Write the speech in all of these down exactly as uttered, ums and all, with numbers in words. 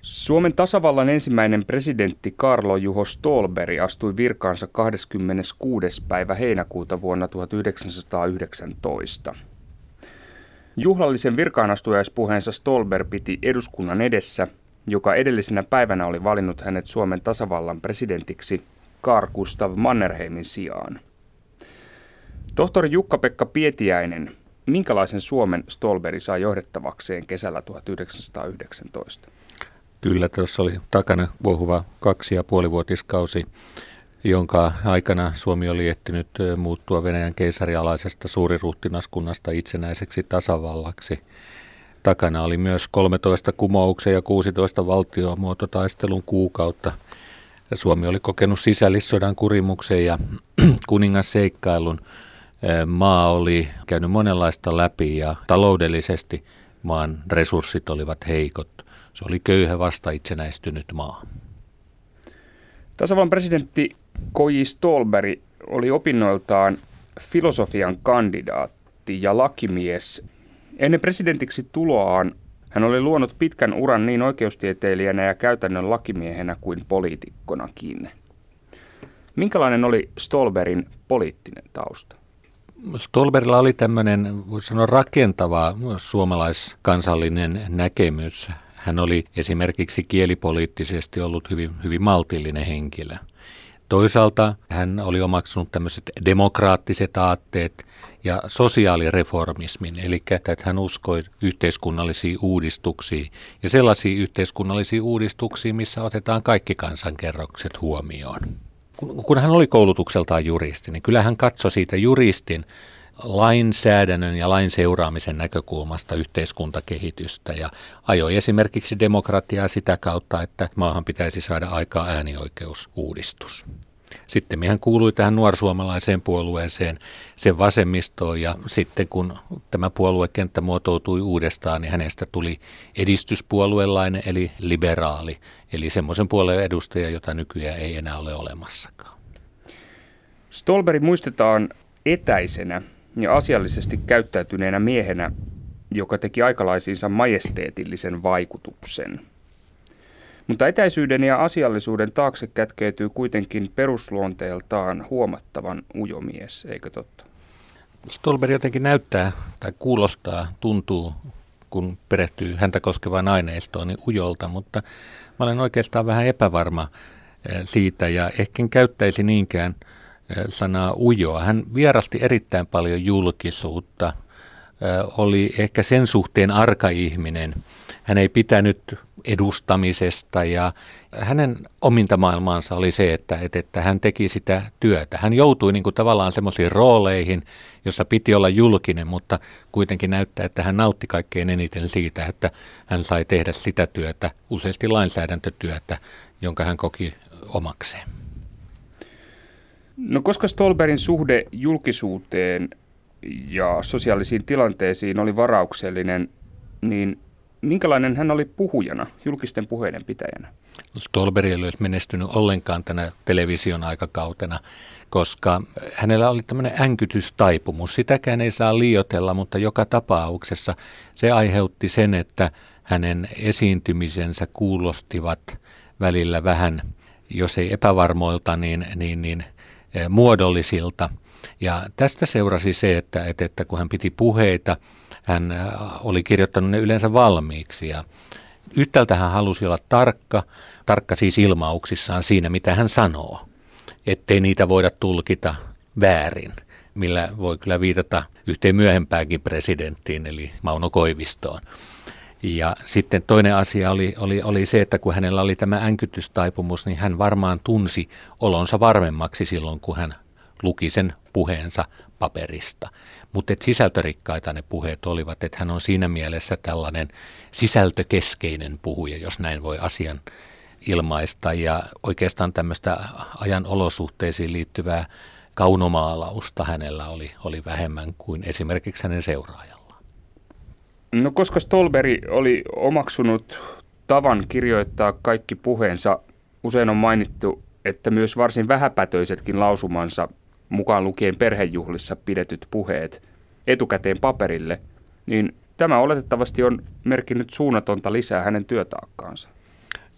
Suomen tasavallan ensimmäinen presidentti Carlo Juho Ståhlberg astui virkaansa kahdeskymmeneskuudes päivä heinäkuuta vuonna tuhatyhdeksänsataayhdeksäntoista. Juhlallisen virkaanastujaispuheensa Ståhlberg piti eduskunnan edessä, joka edellisenä päivänä oli valinnut hänet Suomen tasavallan presidentiksi Carl Gustaf Mannerheimin sijaan. Tohtori Jukka-Pekka Pietiäinen, minkälaisen Suomen Ståhlberg sai johdettavakseen kesällä tuhatyhdeksänsataayhdeksäntoista? Kyllä, tuossa oli takana vuohuva kaksi- ja puolivuotiskausi, jonka aikana Suomi oli ehtinyt muuttua Venäjän keisarialaisesta suuriruhtinaskunnasta itsenäiseksi tasavallaksi. Takana oli myös kolmetoista kumouksen ja kuusitoista valtiomuototaistelun kuukautta. Suomi oli kokenut sisällissodan kurimuksen ja kuningasseikkailun. Maa oli käynyt monenlaista läpi ja taloudellisesti maan resurssit olivat heikot. Se oli köyhä vasta itsenäistynyt maa. Tasavallan presidentti K J Ståhlberg oli opinnoiltaan filosofian kandidaatti ja lakimies. Ennen presidentiksi tuloaan hän oli luonut pitkän uran niin oikeustieteilijänä ja käytännön lakimiehenä kuin poliitikkonakin. Minkälainen oli Ståhlbergin poliittinen tausta? Ståhlbergilla oli tämmöinen, voisi sanoa, rakentava suomalaiskansallinen näkemys. Hän oli esimerkiksi kielipoliittisesti ollut hyvin, hyvin maltillinen henkilö. Toisaalta hän oli omaksunut tämmöiset demokraattiset aatteet ja sosiaalireformismin, eli että hän uskoi yhteiskunnallisiin uudistuksiin ja sellaisiin yhteiskunnallisiin uudistuksiin, missä otetaan kaikki kansankerrokset huomioon. Kun hän oli koulutukseltaan juristi, niin kyllä hän katsoi siitä juristin lainsäädännön ja lain seuraamisen näkökulmasta yhteiskuntakehitystä ja ajoi esimerkiksi demokratiaa sitä kautta, että maahan pitäisi saada aikaa äänioikeusuudistus. Sitten hän kuului tähän nuorsuomalaiseen puolueeseen, sen vasemmistoon, ja sitten kun tämä puoluekenttä muotoutui uudestaan, niin hänestä tuli edistyspuoluelainen eli liberaali, eli semmoisen puolueen edustaja, jota nykyään ei enää ole olemassakaan. Ståhlberg muistetaan etäisenä ja asiallisesti käyttäytyneenä miehenä, joka teki aikalaisiinsa majesteetillisen vaikutuksen. Mutta etäisyyden ja asiallisuuden taakse kätkeytyy kuitenkin perusluonteeltaan huomattavan ujomies, eikö totta? Ståhlberg jotenkin näyttää tai kuulostaa, tuntuu, kun perehtyy häntä koskevaan aineistoon, niin ujolta, mutta mä olen oikeastaan vähän epävarma siitä ja ehkä en käyttäisi niinkään sanaa ujoa. Hän vierasti erittäin paljon julkisuutta, oli ehkä sen suhteen arka ihminen. Hän ei pitänyt edustamisesta ja hänen ominta maailmaansa oli se, että, että hän teki sitä työtä. Hän joutui niin kuin tavallaan semmoisiin rooleihin, jossa piti olla julkinen, mutta kuitenkin näyttää, että hän nautti kaikkein eniten siitä, että hän sai tehdä sitä työtä, useasti lainsäädäntötyötä, jonka hän koki omakseen. No koska Ståhlbergin suhde julkisuuteen ja sosiaalisiin tilanteisiin oli varauksellinen, niin minkälainen hän oli puhujana, julkisten puheiden pitäjänä? Ståhlberg ei olisi menestynyt ollenkaan tänä television aikakautena, koska hänellä oli tämmöinen änkytystaipumus. Sitäkään ei saa liioitella, mutta joka tapauksessa se aiheutti sen, että hänen esiintymisensä kuulostivat välillä vähän, jos ei epävarmoilta, niin, niin, niin muodollisilta. Ja tästä seurasi se, että, että, että kun hän piti puheita, hän oli kirjoittanut ne yleensä valmiiksi ja yhtäältä hän halusi olla tarkka, tarkka siis ilmauksissaan siinä, mitä hän sanoo, ettei niitä voida tulkita väärin, millä voi kyllä viitata yhteen myöhempäänkin presidenttiin, eli Mauno Koivistoon. Ja sitten toinen asia oli, oli, oli se, että kun hänellä oli tämä änkytystaipumus, niin hän varmaan tunsi olonsa varmemmaksi silloin, kun hän luki sen puheensa paperista. Mutta sisältörikkaita ne puheet olivat, että hän on siinä mielessä tällainen sisältökeskeinen puhuja, jos näin voi asian ilmaista. Ja oikeastaan tämmöistä ajan olosuhteisiin liittyvää kaunomaalausta hänellä oli, oli vähemmän kuin esimerkiksi hänen seuraajallaan. No koska Ståhlberg oli omaksunut tavan kirjoittaa kaikki puheensa, usein on mainittu, että myös varsin vähäpätöisetkin lausumansa, mukaan lukien perhejuhlissa pidetyt puheet, etukäteen paperille, niin tämä oletettavasti on merkinnyt suunnatonta lisää hänen työtaakkaansa.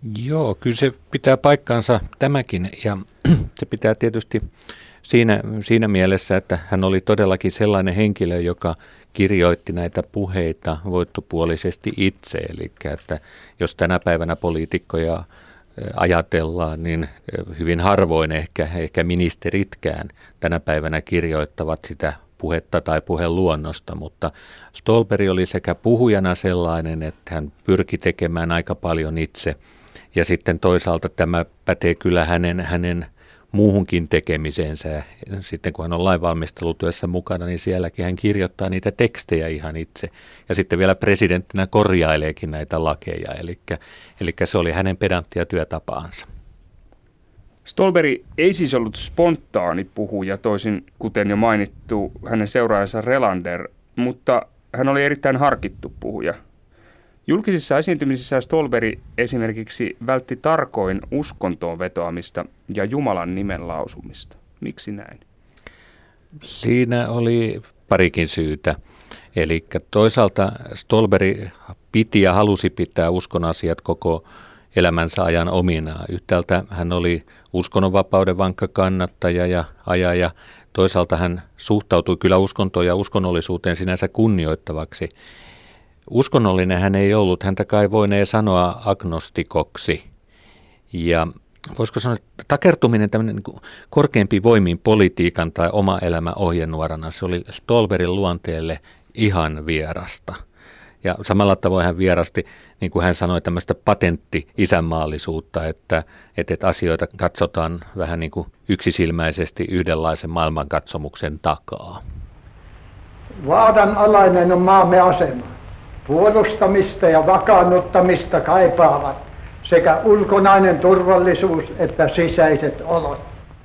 Joo, kyllä se pitää paikkaansa tämäkin, ja se pitää tietysti siinä, siinä mielessä, että hän oli todellakin sellainen henkilö, joka kirjoitti näitä puheita voittopuolisesti itse. Eli että jos tänä päivänä poliitikkoja ajatellaan, niin hyvin harvoin ehkä, ehkä ministeritkään tänä päivänä kirjoittavat sitä puhetta tai puheluonnosta, mutta Ståhlberg oli sekä puhujana sellainen, että hän pyrki tekemään aika paljon itse, ja sitten toisaalta tämä pätee kyllä hänen, hänen muuhunkin tekemiseensä. Sitten kun hän on lainvalmistelutyössä mukana, niin sielläkin hän kirjoittaa niitä tekstejä ihan itse. Ja sitten vielä presidenttinä korjaileekin näitä lakeja. Eli, eli se oli hänen pedanttia työtapaansa. Ståhlberg ei siis ollut spontaani puhuja, toisin kuten jo mainittu hänen seuraajansa Relander, mutta hän oli erittäin harkittu puhuja. Julkisissa esiintymisissä Ståhlberg esimerkiksi vältti tarkoin uskontoon vetoamista ja Jumalan nimen lausumista. Miksi näin? Siinä oli parikin syytä. Eli toisaalta Ståhlberg piti ja halusi pitää uskon asiat koko elämänsä ajan ominaan. Yhtäältä hän oli uskonnonvapauden vankka kannattaja ja ajaja. Toisaalta hän suhtautui kyllä uskontoon ja uskonnollisuuteen sinänsä kunnioittavaksi. Uskonnollinen hän ei ollut, häntä kai voinee sanoa agnostikoksi. Ja voisiko sanoa, että takertuminen tämmöinen niin korkeampi voimiin politiikan tai oma elämä ohjenuorana, se oli Ståhlbergin luonteelle ihan vierasta. Ja samalla tavoin hän vierasti, niin kuin hän sanoi, tämmöistä patentti-isänmaallisuutta, että, että asioita katsotaan vähän niin kuin yksisilmäisesti yhdenlaisen maailmankatsomuksen takaa. Vaaran alainen on maamme asema. Puolustamista ja vakaannuttamista kaipaavat sekä ulkonainen turvallisuus että sisäiset olot.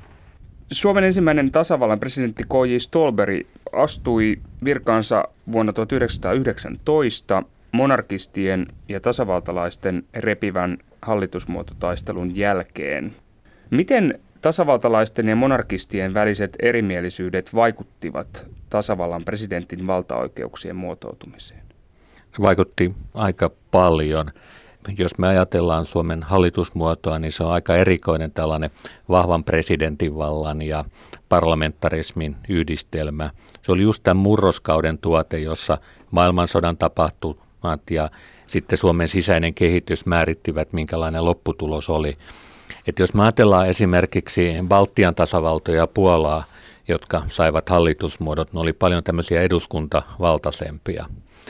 Suomen ensimmäinen tasavallan presidentti K J. Ståhlberg astui virkaansa vuonna tuhatyhdeksänsataayhdeksäntoista monarkistien ja tasavaltalaisten repivän hallitusmuototaistelun jälkeen. Miten tasavaltalaisten ja monarkistien väliset erimielisyydet vaikuttivat tasavallan presidentin valtaoikeuksien muotoutumiseen? Vaikutti aika paljon. Jos me ajatellaan Suomen hallitusmuotoa, niin se on aika erikoinen tällainen vahvan presidentin vallan ja parlamentarismin yhdistelmä. Se oli just tämän murroskauden tuote, jossa maailmansodan tapahtumat ja sitten Suomen sisäinen kehitys määrittivät, minkälainen lopputulos oli. Et jos me ajatellaan esimerkiksi Baltian tasavaltoja ja Puolaa, jotka saivat hallitusmuodot, ne oli paljon tämmöisiä eduskuntavaltaisempia.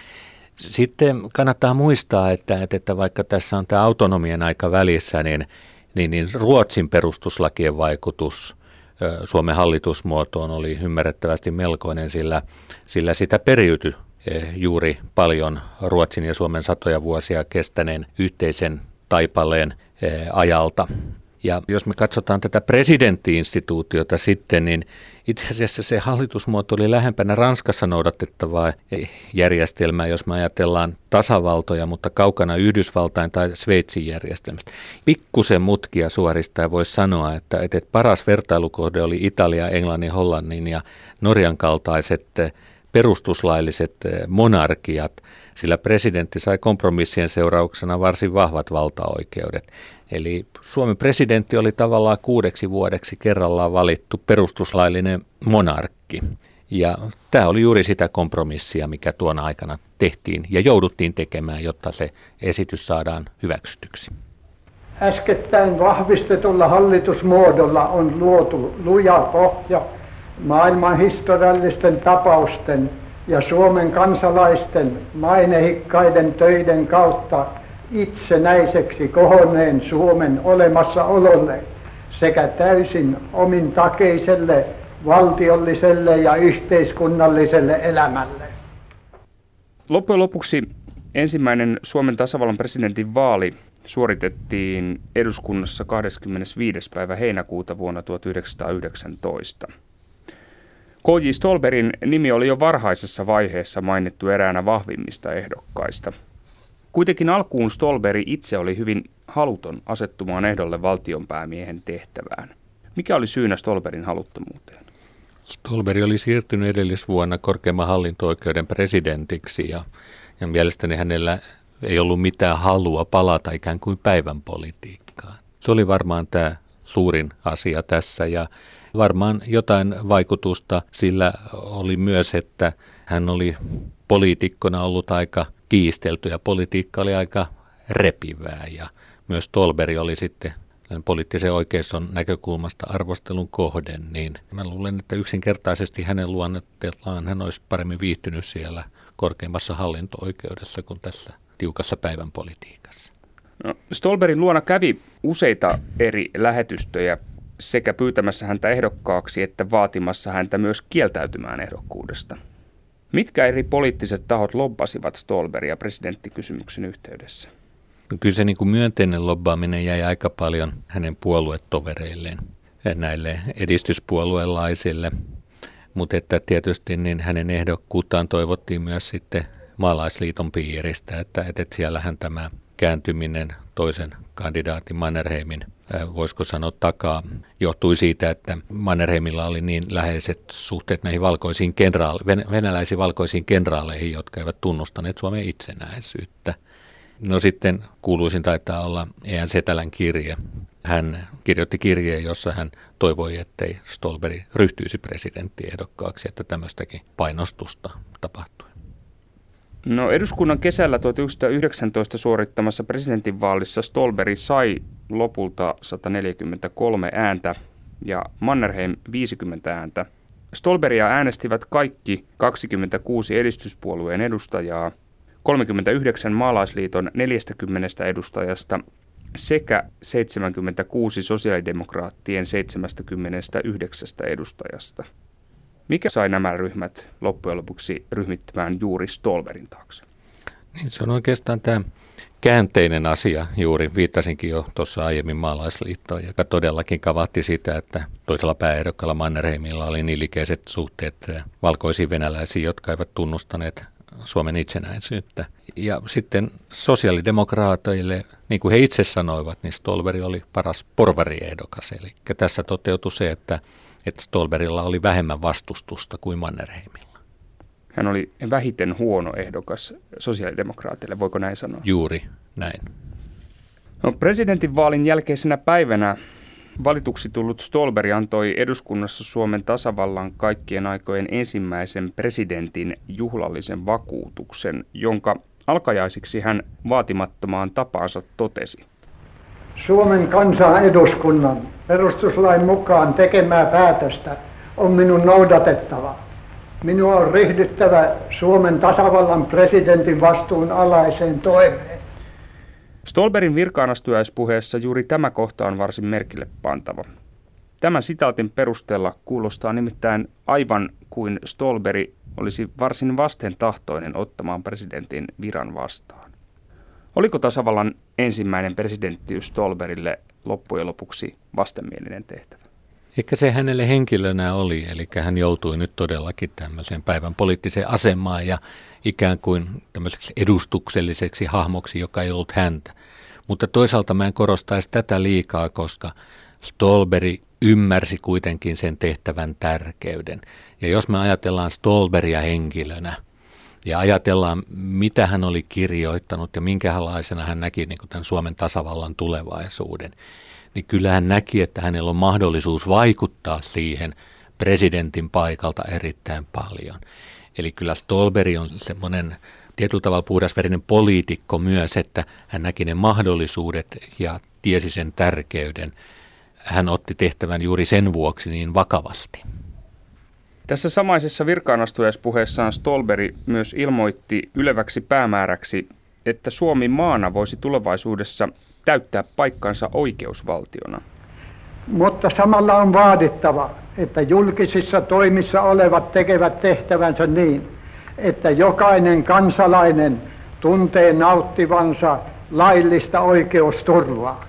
Sitten kannattaa muistaa, että, että vaikka tässä on tämä autonomian aika välissä, niin, niin, niin Ruotsin perustuslakien vaikutus Suomen hallitusmuotoon oli ymmärrettävästi melkoinen, sillä, sillä sitä periytyi juuri paljon Ruotsin ja Suomen satoja vuosia kestäneen yhteisen taipaleen ajalta. Ja jos me katsotaan tätä presidentti-instituutiota sitten, niin itse asiassa se hallitusmuoto oli lähempänä Ranskassa noudatettavaa järjestelmää, jos me ajatellaan tasavaltoja, mutta kaukana Yhdysvaltain tai Sveitsin järjestelmästä. Pikkusen mutkia suoristaa voisi sanoa, että, että paras vertailukohde oli Italia, Englannin, Hollannin ja Norjan kaltaiset perustuslailliset monarkiat, sillä presidentti sai kompromissien seurauksena varsin vahvat valtaoikeudet. Eli Suomen presidentti oli tavallaan kuudeksi vuodeksi kerrallaan valittu perustuslaillinen monarkki. Ja tämä oli juuri sitä kompromissia, mikä tuona aikana tehtiin ja jouduttiin tekemään, jotta se esitys saadaan hyväksytyksi. Äskettäin vahvistetulla hallitusmuodolla on luotu luja pohja maailman historiallisten tapausten ja Suomen kansalaisten mainehikkaiden töiden kautta itsenäiseksi kohonneen Suomen olemassaololle sekä täysin omintakeiselle valtiolliselle ja yhteiskunnalliselle elämälle. Loppujen lopuksi ensimmäinen Suomen tasavallan presidentin vaali suoritettiin eduskunnassa kahdeskymmenesviides päivä heinäkuuta vuonna tuhatyhdeksänsataayhdeksäntoista. K J. Ståhlbergin nimi oli jo varhaisessa vaiheessa mainittu eräänä vahvimmista ehdokkaista. Kuitenkin alkuun Ståhlberg itse oli hyvin haluton asettumaan ehdolle valtionpäämiehen tehtävään. Mikä oli syynä Ståhlbergin haluttomuuteen? Ståhlberg oli siirtynyt edellisvuonna korkeimman hallinto-oikeuden presidentiksi ja, ja mielestäni hänellä ei ollut mitään halua palata ikään kuin päivän politiikkaan. Se oli varmaan tämä suurin asia tässä ja varmaan jotain vaikutusta sillä oli myös, että hän oli poliitikkona ollut aika kiistelty ja politiikka oli aika repivää ja myös Ståhlberg oli sitten poliittisen oikeiston näkökulmasta arvostelun kohden, niin mä luulen, että yksinkertaisesti hänen luonnettellaan hän olisi paremmin viihtynyt siellä korkeimmassa hallinto-oikeudessa kuin tässä tiukassa päivän politiikassa. No, Ståhlbergin luona kävi useita eri lähetystöjä sekä pyytämässä häntä ehdokkaaksi että vaatimassa häntä myös kieltäytymään ehdokkuudesta. Mitkä eri poliittiset tahot lobbasivat Ståhlbergia presidenttikysymyksen yhteydessä? No kyllä se niin kuin myönteinen lobbaaminen jäi aika paljon hänen puoluetovereilleen, näille edistyspuoluelaisille, mutta että tietysti niin hänen ehdokkuuttaan toivottiin myös sitten maalaisliiton piiristä, että, että siellähän tämä kääntyminen toisen kandidaatin Mannerheimin, voisiko sanoa takaa, johtui siitä, että Mannerheimilla oli niin läheiset suhteet näihin valkoisiin kenraale- venäläisiin valkoisiin kenraaleihin, jotka eivät tunnustaneet Suomen itsenäisyyttä. No sitten kuuluisin taitaa olla E N Setälän kirje. Hän kirjoitti kirjeen, jossa hän toivoi, ettei Ståhlberg ryhtyisi presidenttiehdokkaaksi, että tämmöistäkin painostusta tapahtui. No eduskunnan kesällä tuhatyhdeksänsataayhdeksäntoista suorittamassa presidentinvaalissa Ståhlberg sai lopulta sata neljäkymmentäkolme ääntä ja Mannerheim viisikymmentä ääntä. Ståhlbergia äänestivät kaikki kaksikymmentäkuusi edistyspuolueen edustajaa, kolmekymmentäyhdeksän maalaisliiton neljästäkymmenestä edustajasta sekä seitsemänkymmentäkuusi sosiaalidemokraattien seitsemästäkymmenestäyhdeksästä edustajasta. Mikä sai nämä ryhmät loppujen lopuksi ryhmittämään juuri Ståhlbergin taakse? Niin, se on oikeastaan tämä käänteinen asia. Juuri viittasinkin jo tuossa aiemmin maalaisliittoon, joka todellakin kavahti sitä, että toisella pääehdokkaalla Mannerheimilla oli niin likeiset suhteet valkoisiin venäläisiin, jotka eivät tunnustaneet Suomen itsenäisyyttä. Ja sitten sosiaalidemokraateille, niin kuin he itse sanoivat, niin Ståhlberg oli paras porvariehdokas. Eli tässä toteutui se, että, että Ståhlbergilla oli vähemmän vastustusta kuin Mannerheimilla. Hän oli vähiten huono ehdokas sosiaalidemokraateille, voiko näin sanoa? Juuri näin. No, presidentinvaalin jälkeisenä päivänä valituksi tullut Ståhlberg antoi eduskunnassa Suomen tasavallan kaikkien aikojen ensimmäisen presidentin juhlallisen vakuutuksen, jonka alkajaisiksi hän vaatimattomaan tapaansa totesi. Suomen kansan eduskunnan perustuslain mukaan tekemää päätöstä on minun noudatettava. Minua on ryhdyttävä Suomen tasavallan presidentin vastuun alaiseen toimeen. Ståhlbergin virkaanastujaispuheessa juuri tämä kohta on varsin merkille pantava. Tämän sitaatin perusteella kuulostaa nimittäin aivan kuin Ståhlberg olisi varsin vastentahtoinen ottamaan presidentin viran vastaan. Oliko tasavallan ensimmäinen presidenttiys Ståhlbergille loppujen lopuksi vastenmielinen tehtävä? Ehkä se hänelle henkilönä oli, eli hän joutui nyt todellakin tämmöiseen päivän poliittiseen asemaan ja ikään kuin tämmöiseksi edustukselliseksi hahmoksi, joka ei ollut häntä. Mutta toisaalta mä en korostaisi tätä liikaa, koska Ståhlberg ymmärsi kuitenkin sen tehtävän tärkeyden. Ja jos me ajatellaan Ståhlbergia henkilönä ja ajatellaan, mitä hän oli kirjoittanut ja minkälaisena hän näki niin kuin tämän Suomen tasavallan tulevaisuuden, niin kyllä hän näki, että hänellä on mahdollisuus vaikuttaa siihen presidentin paikalta erittäin paljon. Eli kyllä Ståhlberg on semmoinen tietyllä tavalla puhdasverinen poliitikko myös, että hän näki ne mahdollisuudet ja tiesi sen tärkeyden. Hän otti tehtävän juuri sen vuoksi niin vakavasti. Tässä samaisessa virkaanastujaispuheessaan Ståhlberg myös ilmoitti yleväksi päämääräksi, että Suomi maana voisi tulevaisuudessa täyttää paikkansa oikeusvaltiona. Mutta samalla on vaadittava, että julkisissa toimissa olevat tekevät tehtävänsä niin, että jokainen kansalainen tuntee nauttivansa laillista oikeusturvaa.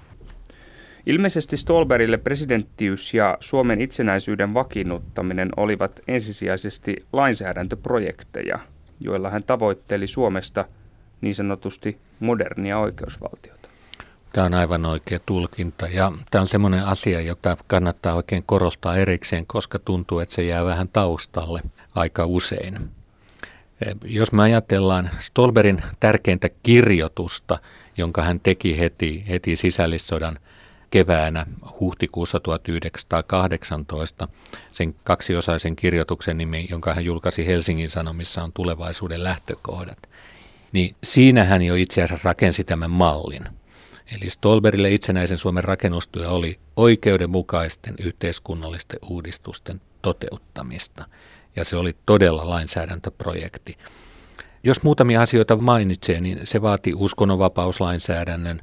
Ilmeisesti Ståhlbergille presidenttiys ja Suomen itsenäisyyden vakiinnuttaminen olivat ensisijaisesti lainsäädäntöprojekteja, joilla hän tavoitteli Suomesta niin sanotusti modernia oikeusvaltiota. Tämä on aivan oikea tulkinta ja tämä on semmoinen asia, jota kannattaa oikein korostaa erikseen, koska tuntuu, että se jää vähän taustalle aika usein. Jos me ajatellaan Ståhlbergin tärkeintä kirjoitusta, jonka hän teki heti, heti sisällissodan keväänä huhtikuussa tuhatyhdeksänsataakahdeksantoista, sen kaksiosaisen kirjoituksen nimi, jonka hän julkaisi Helsingin Sanomissa, on Tulevaisuuden lähtökohdat, niin siinä hän jo itse asiassa rakensi tämän mallin. Eli Ståhlbergille itsenäisen Suomen rakennustyö oli oikeudenmukaisten yhteiskunnallisten uudistusten toteuttamista, ja se oli todella lainsäädäntöprojekti. Jos muutamia asioita mainitsee, niin se vaati uskonnonvapauslainsäädännön,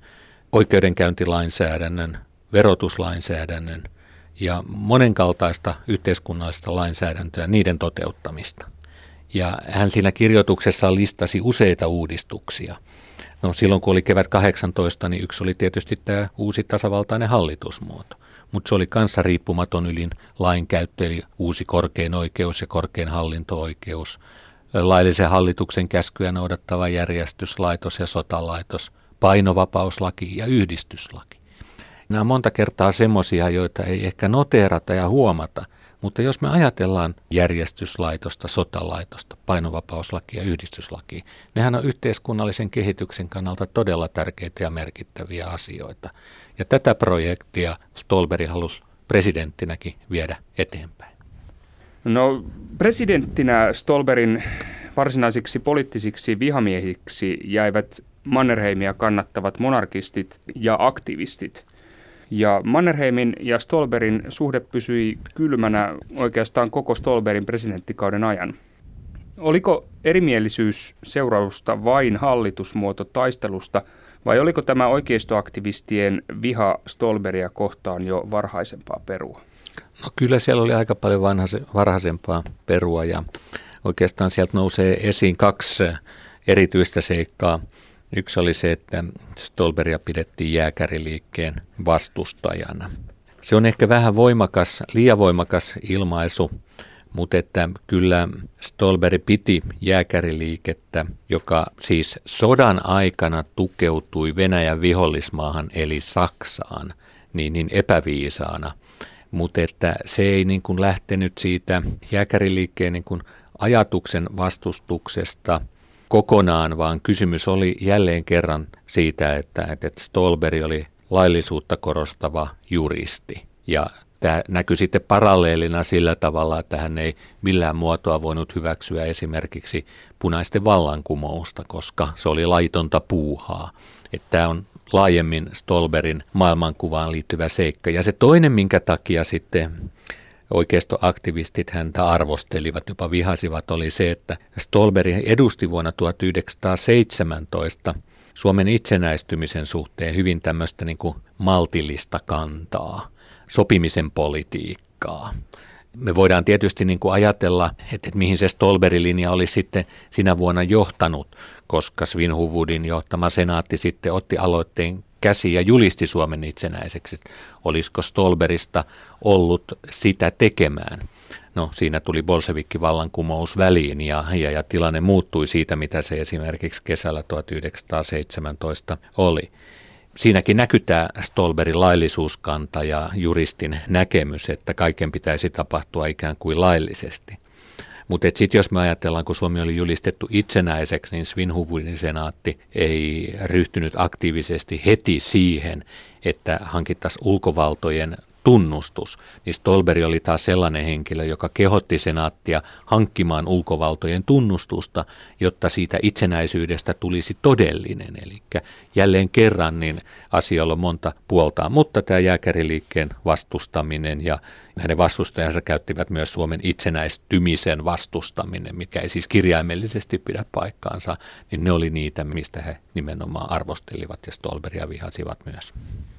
oikeudenkäyntilainsäädännön, verotuslainsäädännön ja monenkaltaista yhteiskunnallista lainsäädäntöä, niiden toteuttamista. Ja hän siinä kirjoituksessa listasi useita uudistuksia. No silloin kun oli kevät kahdeksantoista, niin yksi oli tietysti tämä uusi tasavaltainen hallitusmuoto. Mutta se oli kanssa riippumaton ylin lainkäyttö, eli uusi korkein oikeus ja korkein hallinto-oikeus, laillisen hallituksen käskyä noudattava järjestyslaitos ja sotalaitos, painovapauslaki ja yhdistyslaki. Nämä on monta kertaa semmoisia, joita ei ehkä noteerata ja huomata, mutta jos me ajatellaan järjestyslaitosta, sotalaitosta, painovapauslakia ja yhdistyslakia, nehän on yhteiskunnallisen kehityksen kannalta todella tärkeitä ja merkittäviä asioita. Ja tätä projektia Ståhlberg halusi presidenttinäkin viedä eteenpäin. No presidenttinä Ståhlbergin varsinaisiksi poliittisiksi vihamiehiksi jäivät Mannerheimia kannattavat monarkistit ja aktivistit. Ja Mannerheimin ja Ståhlbergin suhde pysyi kylmänä oikeastaan koko Ståhlbergin presidenttikauden ajan. Oliko erimielisyys seurausta vain hallitusmuototaistelusta, vai oliko tämä oikeistoaktivistien viha Ståhlbergia kohtaan jo varhaisempaa perua? No kyllä siellä oli aika paljon vanhase, varhaisempaa perua, ja oikeastaan sieltä nousee esiin kaksi erityistä seikkaa. Yksi oli se, että Ståhlbergia pidettiin jääkäriliikkeen vastustajana. Se on ehkä vähän voimakas, liian voimakas ilmaisu, mutta että kyllä Ståhlberg piti jääkäriliikettä, joka siis sodan aikana tukeutui Venäjän vihollismaahan eli Saksaan, niin, niin epäviisaana. Mutta että se ei niin kuin lähtenyt siitä jääkäriliikkeen niin kuin ajatuksen vastustuksesta kokonaan, vaan kysymys oli jälleen kerran siitä, että, että Ståhlberg oli laillisuutta korostava juristi. Ja tämä näkyi sitten paralleelina sillä tavalla, että hän ei millään muotoa voinut hyväksyä esimerkiksi punaisten vallankumousta, koska se oli laitonta puuhaa. Että tämä on laajemmin Ståhlbergin maailmankuvaan liittyvä seikka. Ja se toinen, minkä takia sitten oikeistoaktivistit häntä arvostelivat, jopa vihasivat, oli se, että Ståhlberg edusti vuonna tuhatyhdeksänsataaseitsemäntoista Suomen itsenäistymisen suhteen hyvin tämmöistä niin kuin maltillista kantaa, sopimisen politiikkaa. Me voidaan tietysti niin kuin ajatella, että, että mihin se Ståhlbergin linja oli sitten sinä vuonna johtanut, koska Svinhufvudin johtama senaatti sitten otti aloitteen käsi ja julisti Suomen itsenäiseksi. Olisiko Ståhlbergista ollut sitä tekemään? No siinä tuli bolshevikkivallankumous väliin ja, ja, ja tilanne muuttui siitä, mitä se esimerkiksi kesällä tuhatyhdeksänsataaseitsemäntoista oli. Siinäkin näkyy tämä Ståhlbergin laillisuuskanta ja juristin näkemys, että kaiken pitäisi tapahtua ikään kuin laillisesti. Mutta sitten jos me ajatellaan, kun Suomi oli julistettu itsenäiseksi, niin Svinhufvudin senaatti ei ryhtynyt aktiivisesti heti siihen, että hankittaisiin ulkovaltojen tunnustus. Niin Ståhlberg oli taas sellainen henkilö, joka kehotti senaattia hankkimaan ulkovaltojen tunnustusta, jotta siitä itsenäisyydestä tulisi todellinen. Eli jälleen kerran niin asialla on monta puoltaa, mutta tämä jääkäriliikkeen vastustaminen ja hänen vastustajansa käyttivät myös Suomen itsenäistymisen vastustaminen, mikä ei siis kirjaimellisesti pidä paikkaansa, niin ne oli niitä, mistä he nimenomaan arvostelivat ja Ståhlbergia vihasivat myös.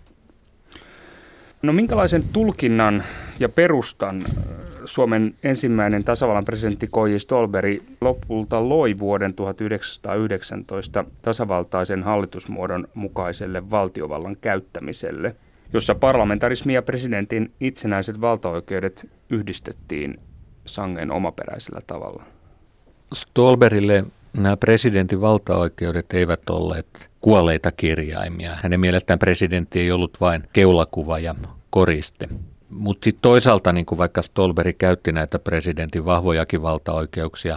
No minkälaisen tulkinnan ja perustan Suomen ensimmäinen tasavallan presidentti K J Ståhlberg lopulta loi vuoden tuhatyhdeksänsataayhdeksäntoista tasavaltaisen hallitusmuodon mukaiselle valtiovallan käyttämiselle, jossa parlamentarismi ja presidentin itsenäiset valtaoikeudet yhdistettiin sangen omaperäisellä tavalla? Ståhlbergille nämä presidentin valtaoikeudet eivät olleet kuolleita kirjaimia. Hänen mielestään presidentti ei ollut vain keulakuva ja koriste. Mutta sitten toisaalta, niin kuin vaikka Ståhlberg käytti näitä presidentin vahvojakin valtaoikeuksia,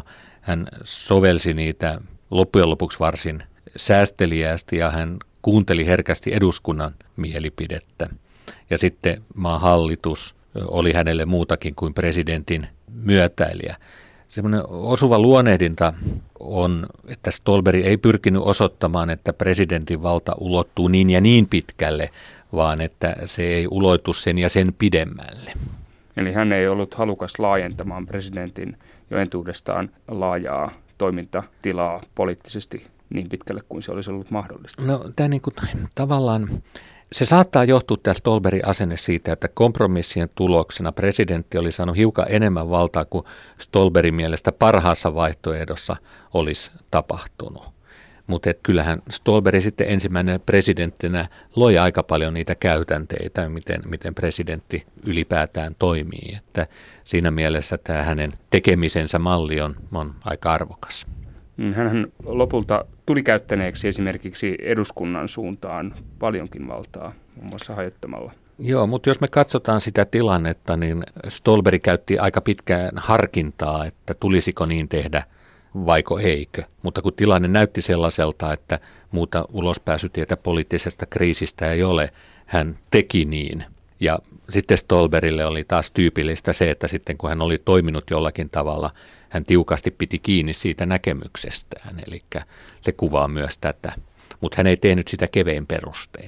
hän sovelsi niitä loppujen lopuksi varsin säästeliäästi ja hän kuunteli herkästi eduskunnan mielipidettä. Ja sitten maan hallitus oli hänelle muutakin kuin presidentin myötäilijä. Semmoinen osuva luonnehdinta on, että Ståhlberg ei pyrkinyt osoittamaan, että presidentin valta ulottuu niin ja niin pitkälle, vaan että se ei uloitu sen ja sen pidemmälle. Eli hän ei ollut halukas laajentamaan presidentin jo entuudestaan laajaa toimintatilaa poliittisesti niin pitkälle kuin se olisi ollut mahdollista. No tämä niin kuin, tavallaan, se saattaa johtua tämä Ståhlbergin asenne siitä, että kompromissien tuloksena presidentti oli saanut hiukan enemmän valtaa kuin Ståhlbergin mielestä parhaassa vaihtoehdossa olisi tapahtunut. Mutta kyllähän Ståhlberg sitten ensimmäinen presidenttinä loi aika paljon niitä käytänteitä, miten, miten presidentti ylipäätään toimii. Että siinä mielessä tämä hänen tekemisensä malli on, on aika arvokas. Hän lopulta tuli käyttäneeksi esimerkiksi eduskunnan suuntaan paljonkin valtaa, muun muassa hajottamalla. Joo, mutta jos me katsotaan sitä tilannetta, niin Ståhlberg käytti aika pitkään harkintaa, että tulisiko niin tehdä vaiko eikö. Mutta kun tilanne näytti sellaiselta, että muuta ulospääsytietä poliittisesta kriisistä ei ole, hän teki niin. Ja sitten Ståhlbergille oli taas tyypillistä se, että sitten kun hän oli toiminut jollakin tavalla, hän tiukasti piti kiinni siitä näkemyksestään. Eli se kuvaa myös tätä, mutta hän ei tehnyt sitä kevein perustein.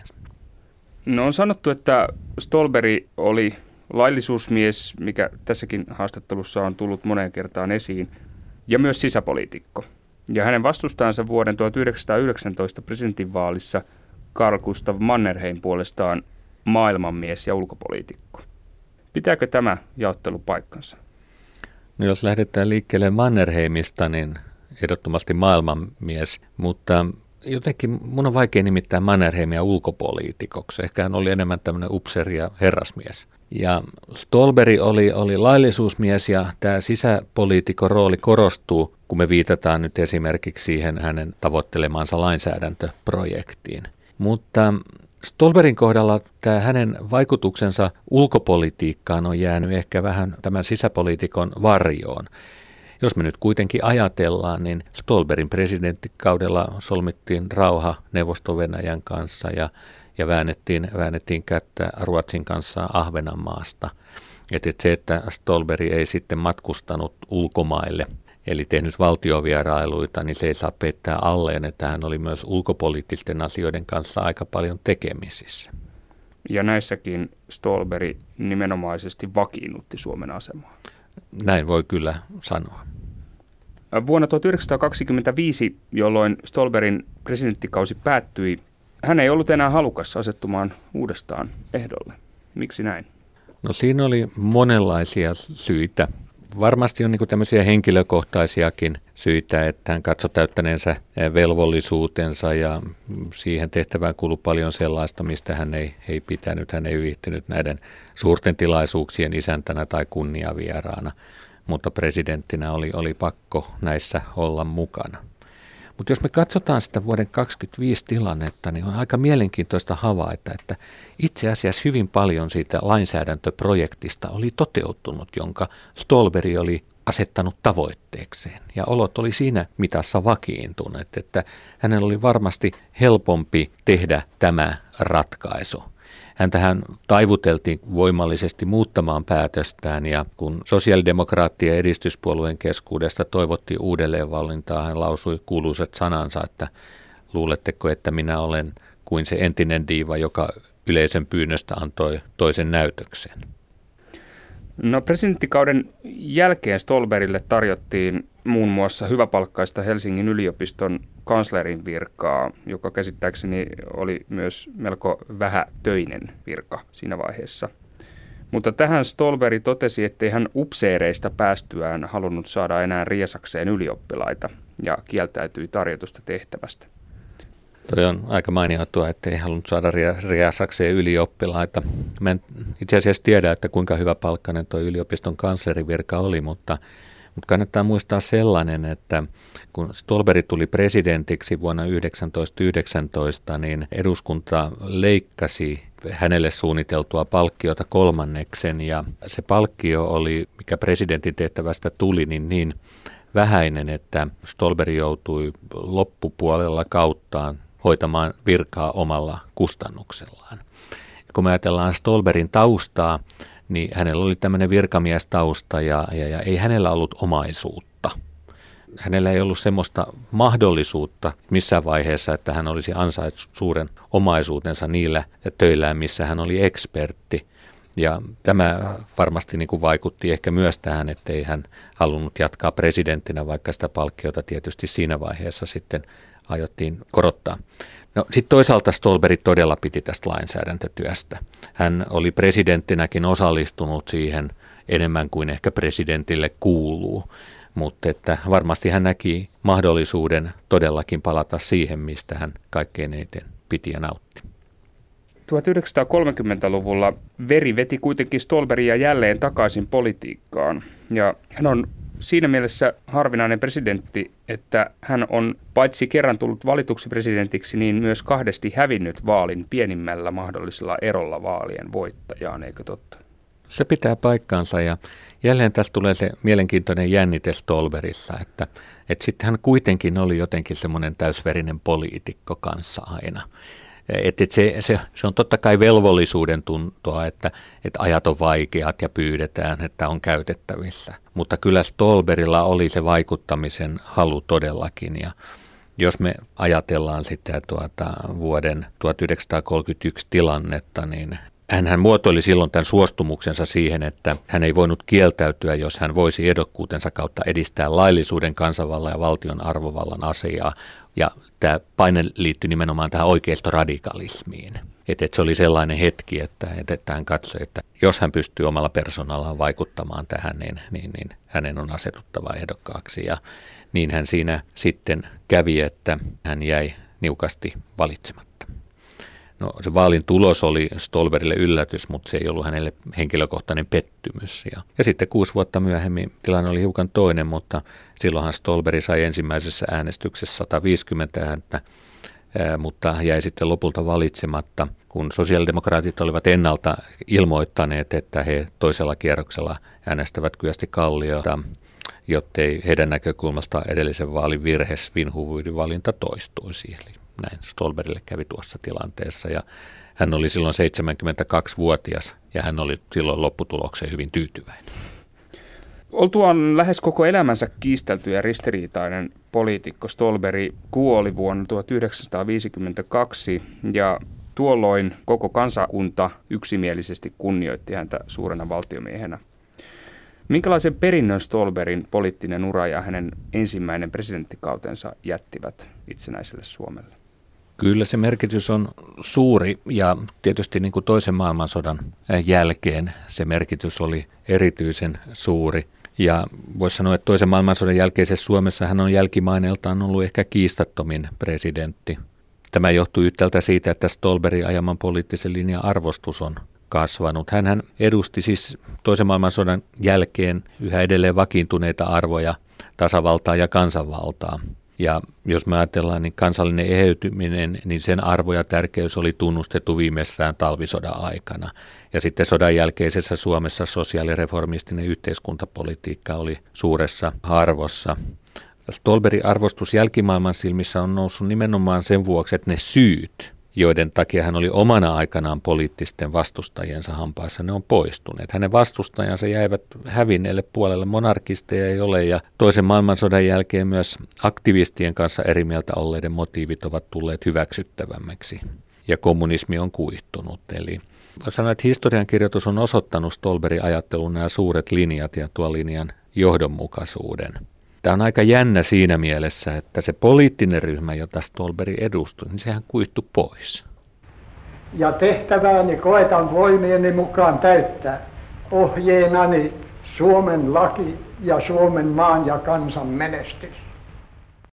No on sanottu, että Ståhlberg oli laillisuusmies, mikä tässäkin haastattelussa on tullut moneen kertaan esiin, ja myös sisäpoliitikko. Ja hänen vastustajansa vuoden tuhatyhdeksänsataayhdeksäntoista presidentinvaalissa Carl Gustaf Mannerheim puolestaan maailmanmies ja ulkopoliitikko. Pitääkö tämä jaottelu paikkansa? No jos lähdetään liikkeelle Mannerheimista, niin ehdottomasti maailmanmies, mutta jotenkin mun on vaikea nimittää Mannerheimia ulkopoliitikoksi. Ehkä hän oli enemmän tämmöinen upseeri ja herrasmies. Ja Ståhlberg oli, oli laillisuusmies ja tämä sisäpoliitikon rooli korostuu, kun me viitataan nyt esimerkiksi siihen hänen tavoittelemaansa lainsäädäntöprojektiin. Mutta Ståhlbergin kohdalla tämä hänen vaikutuksensa ulkopolitiikkaan on jäänyt ehkä vähän tämän sisäpoliitikon varjoon. Jos me nyt kuitenkin ajatellaan, niin Ståhlbergin presidenttikaudella solmittiin rauha Neuvosto-Venäjän kanssa ja, ja väännettiin, väännettiin kättä Ruotsin kanssa Ahvenanmaasta. Et, et se, että Ståhlberg ei sitten matkustanut ulkomaille, eli tehnyt valtiovierailuita, niin se ei saa peittää alleen, että hän oli myös ulkopoliittisten asioiden kanssa aika paljon tekemisissä. Ja näissäkin Ståhlberg nimenomaisesti vakiinnutti Suomen asemaa. Näin voi kyllä sanoa. Vuonna tuhatyhdeksänsataakaksikymmentäviisi, jolloin Ståhlbergin presidenttikausi päättyi, hän ei ollut enää halukas asettumaan uudestaan ehdolle. Miksi näin? No siinä oli monenlaisia syitä. Varmasti on niin kuin tämmöisiä henkilökohtaisiakin syitä, että hän katsoi täyttäneensä velvollisuutensa ja siihen tehtävään kuului paljon sellaista, mistä hän ei, ei pitänyt. Hän ei viihtynyt näiden suurten tilaisuuksien isäntänä tai kunniavieraana, mutta presidenttinä oli, oli pakko näissä olla mukana. Mutta jos me katsotaan sitä vuoden kaksikymmentäviisi tilannetta, niin on aika mielenkiintoista havaita, että itse asiassa hyvin paljon siitä lainsäädäntöprojektista oli toteutunut, jonka Ståhlberg oli asettanut tavoitteekseen. Ja olot oli siinä mitassa vakiintuneet, että hänellä oli varmasti helpompi tehdä tämä ratkaisu. Häntähän taivuteltiin voimallisesti muuttamaan päätöstään ja kun sosiaalidemokraattien ja edistyspuolueen keskuudesta toivottiin uudelleenvalintaa, hän lausui kuuluisat sanansa, että luuletteko, että minä olen kuin se entinen diiva, joka yleisön pyynnöstä antoi toisen näytöksen. No presidenttikauden jälkeen Ståhlbergille tarjottiin muun muassa hyväpalkkaista Helsingin yliopiston kanslerin virkaa, joka käsittääkseni oli myös melko vähätöinen virka siinä vaiheessa. Mutta tähän Ståhlberg totesi, ettei hän upseereista päästyään halunnut saada enää riesakseen ylioppilaita ja kieltäytyi tarjotusta tehtävästä. Toi on aika mainiottua, että ei halunnut saada riesakseen ylioppilaita. Mä en itse asiassa tiedä, että kuinka hyvä palkkainen tuo yliopiston kanslerivirka oli, mutta, mutta kannattaa muistaa sellainen, että kun Ståhlberg tuli presidentiksi vuonna tuhatyhdeksänsataayhdeksäntoista, niin eduskunta leikkasi hänelle suunniteltua palkkiota kolmanneksen ja se palkkio oli, mikä presidentin tehtävästä tuli, niin, niin vähäinen, että Ståhlberg joutui loppupuolella kauttaan hoitamaan virkaa omalla kustannuksellaan. Ja kun me ajatellaan Ståhlbergin taustaa, niin hänellä oli tämmöinen virkamiestausta ja, ja, ja ei hänellä ollut omaisuutta. Hänellä ei ollut semmoista mahdollisuutta missään vaiheessa, että hän olisi ansainnut suuren omaisuutensa niillä töillään, missä hän oli ekspertti. Ja tämä varmasti niin kuin vaikutti ehkä myös tähän, ettei hän halunnut jatkaa presidenttinä, vaikka sitä palkkiota tietysti siinä vaiheessa sitten aiottiin korottaa. No, sitten toisaalta Ståhlberg todella piti tästä lainsäädäntötyöstä. Hän oli presidenttinäkin osallistunut siihen enemmän kuin ehkä presidentille kuuluu, mutta että varmasti hän näki mahdollisuuden todellakin palata siihen, mistä hän kaikkein eniten piti ja nautti. tuhatyhdeksänsataakolmekymmentäluvulla veri veti kuitenkin Ståhlbergia jälleen takaisin politiikkaan, ja hän on siinä mielessä harvinainen presidentti, että hän on paitsi kerran tullut valituksi presidentiksi, niin myös kahdesti hävinnyt vaalin pienimmällä mahdollisella erolla vaalien voittajaan, eikö totta? Se pitää paikkaansa, ja jälleen tässä tulee se mielenkiintoinen jännite Ståhlbergissa, että, että sitten hän kuitenkin oli jotenkin semmoinen täysverinen poliitikko kanssa aina. Että et se, se, se on totta kai velvollisuuden tuntoa, että, että ajat on vaikeat ja pyydetään, että on käytettävissä. Mutta kyllä Ståhlbergilla oli se vaikuttamisen halu todellakin. Ja jos me ajatellaan sitä tuota vuoden tuhatyhdeksänsataakolmekymmentäyksi tilannetta, niin hän muotoili silloin tämän suostumuksensa siihen, että hän ei voinut kieltäytyä, jos hän voisi ehdokkuutensa kautta edistää laillisuuden, kansanvallan ja valtion arvovallan asiaa. Ja tämä paine liittyi nimenomaan tähän oikeistoradikalismiin. Että et se oli sellainen hetki, että, että hän katsoi, että jos hän pystyy omalla persoonallaan vaikuttamaan tähän, niin, niin, niin hänen on asetuttava ehdokkaaksi. Ja niin hän siinä sitten kävi, että hän jäi niukasti valitsematta. No, se vaalin tulos oli Ståhlbergille yllätys, mutta se ei ollut hänelle henkilökohtainen pettymys. Ja, ja sitten kuusi vuotta myöhemmin tilanne oli hiukan toinen, mutta silloinhan Ståhlberg sai ensimmäisessä äänestyksessä sata viisikymmentä ääntä, ää, mutta jäi sitten lopulta valitsematta, kun sosiaalidemokraatit olivat ennalta ilmoittaneet, että he toisella kierroksella äänestävät Kyösti Kalliota, jottei heidän näkökulmasta edellisen vaalin virhe Svinhufvudin valinta toistuisi. Eli näin Ståhlbergille kävi tuossa tilanteessa, ja hän oli silloin seitsemänkymmentäkaksivuotias ja hän oli silloin lopputulokseen hyvin tyytyväinen. Oltuaan lähes koko elämänsä kiistelty ja ristiriitainen poliitikko, Ståhlberg kuoli vuonna tuhatyhdeksänsataaviisikymmentäkaksi, ja tuolloin koko kansakunta yksimielisesti kunnioitti häntä suurena valtiomiehenä. Minkälaisen perinnön Ståhlbergin poliittinen ura ja hänen ensimmäinen presidenttikautensa jättivät itsenäiselle Suomelle? Kyllä se merkitys on suuri, ja tietysti niin kuin toisen maailmansodan jälkeen se merkitys oli erityisen suuri. Ja voisi sanoa, että toisen maailmansodan jälkeisessä Suomessa hän on jälkimaineeltaan ollut ehkä kiistattomin presidentti. Tämä johtuu yhtäältä siitä, että Ståhlbergin ajaman poliittisen linjan arvostus on kasvanut. Hänhän edusti siis toisen maailmansodan jälkeen yhä edelleen vakiintuneita arvoja, tasavaltaa ja kansanvaltaa. Ja jos me ajatellaan, niin kansallinen eheytyminen, niin sen arvo ja tärkeys oli tunnustettu viimeistään talvisodan aikana. Ja sitten sodan jälkeisessä Suomessa sosiaalireformistinen yhteiskuntapolitiikka oli suuressa arvossa. Ståhlbergin arvostus jälkimaailman silmissä on noussut nimenomaan sen vuoksi, että ne syyt, joiden takia hän oli omana aikanaan poliittisten vastustajiensa hampaissa, ne on poistuneet. Hänen vastustajansa jäivät hävinneelle puolelle, monarkisteja ei ole, ja toisen maailmansodan jälkeen myös aktivistien kanssa eri mieltä olleiden motiivit ovat tulleet hyväksyttävämmiksi, ja kommunismi on kuihtunut. Eli sanoa, että historiankirjoitus on osoittanut Ståhlbergin ajattelun nämä suuret linjat ja tuon linjan johdonmukaisuuden. Tämä on aika jännä siinä mielessä, että se poliittinen ryhmä, jota Ståhlberg edustui, niin sehän kuihtui pois. Ja tehtävääni koetan voimieni mukaan täyttää ohjeenani Suomen laki ja Suomen maan ja kansan menestys.